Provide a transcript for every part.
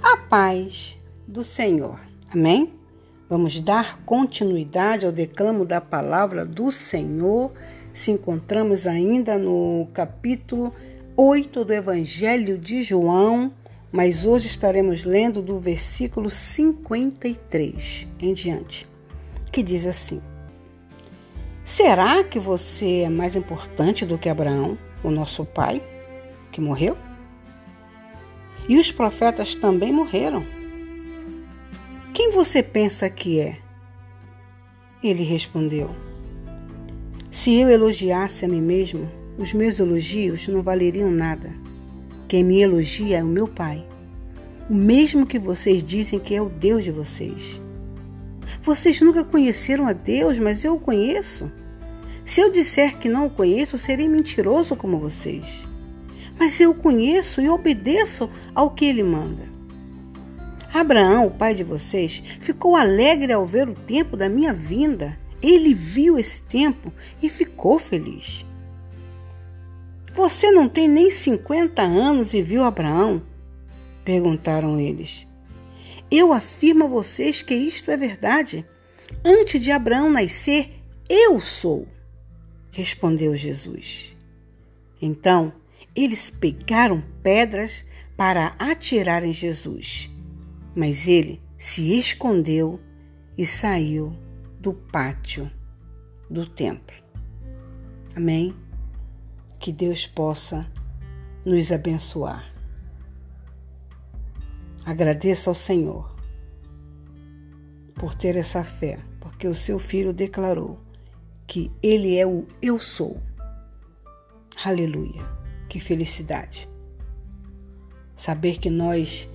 A paz do Senhor. Amém? Vamos dar continuidade ao declamo da palavra do Senhor. Se encontramos ainda no capítulo 8 do Evangelho de João, mas hoje estaremos lendo do versículo 53 em diante, que diz assim: Será que você é mais importante do que Abraão, o nosso pai, que morreu? E os profetas também morreram. Quem você pensa que é? Ele respondeu: Se eu elogiasse a mim mesmo, os meus elogios não valeriam nada. Quem me elogia é o meu Pai, o mesmo que vocês dizem que é o Deus de vocês. Vocês nunca conheceram a Deus, mas eu o conheço. Se eu disser que não o conheço, serei mentiroso como vocês. Mas eu o conheço e obedeço ao que ele manda. Abraão, o pai de vocês, ficou alegre ao ver o tempo da minha vinda. Ele viu esse tempo e ficou feliz. Você não tem nem 50 anos e viu Abraão? Perguntaram eles. Eu afirmo a vocês que isto é verdade. Antes de Abraão nascer, eu sou, respondeu Jesus. Então, eles pegaram pedras para atirar em Jesus, mas ele se escondeu e saiu do pátio do templo. Amém? Que Deus possa nos abençoar. Agradeça ao Senhor por ter essa fé, porque o seu filho declarou que ele é o Eu Sou. Aleluia! Que felicidade! Saber que nós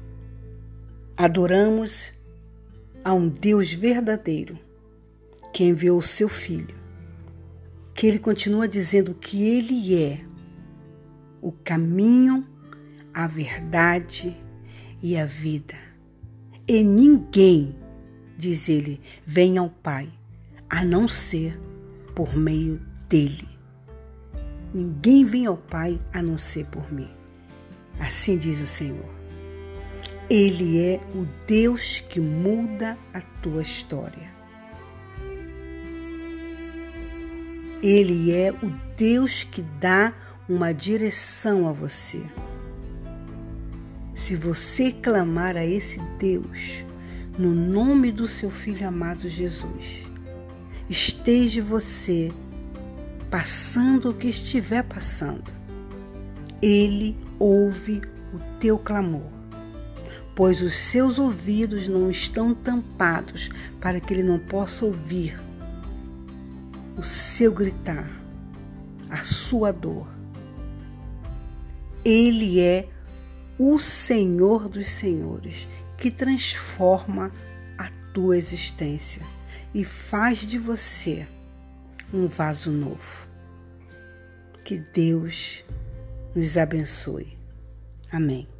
adoramos a um Deus verdadeiro que enviou o seu Filho, que ele continua dizendo que ele é o caminho, a verdade e a vida. E ninguém, diz ele, vem ao Pai, a não ser por meio dele. Ninguém vem ao Pai a não ser por mim. Assim diz o Senhor. Ele é o Deus que muda a tua história. Ele é o Deus que dá uma direção a você. Se você clamar a esse Deus, no nome do seu Filho amado Jesus, esteja você passando o que estiver passando, Ele ouve o teu clamor, pois os seus ouvidos não estão tampados para que Ele não possa ouvir o seu gritar, a sua dor. Ele é o Senhor dos Senhores, que transforma a tua existência e faz de você um vaso novo. Que Deus nos abençoe. Amém.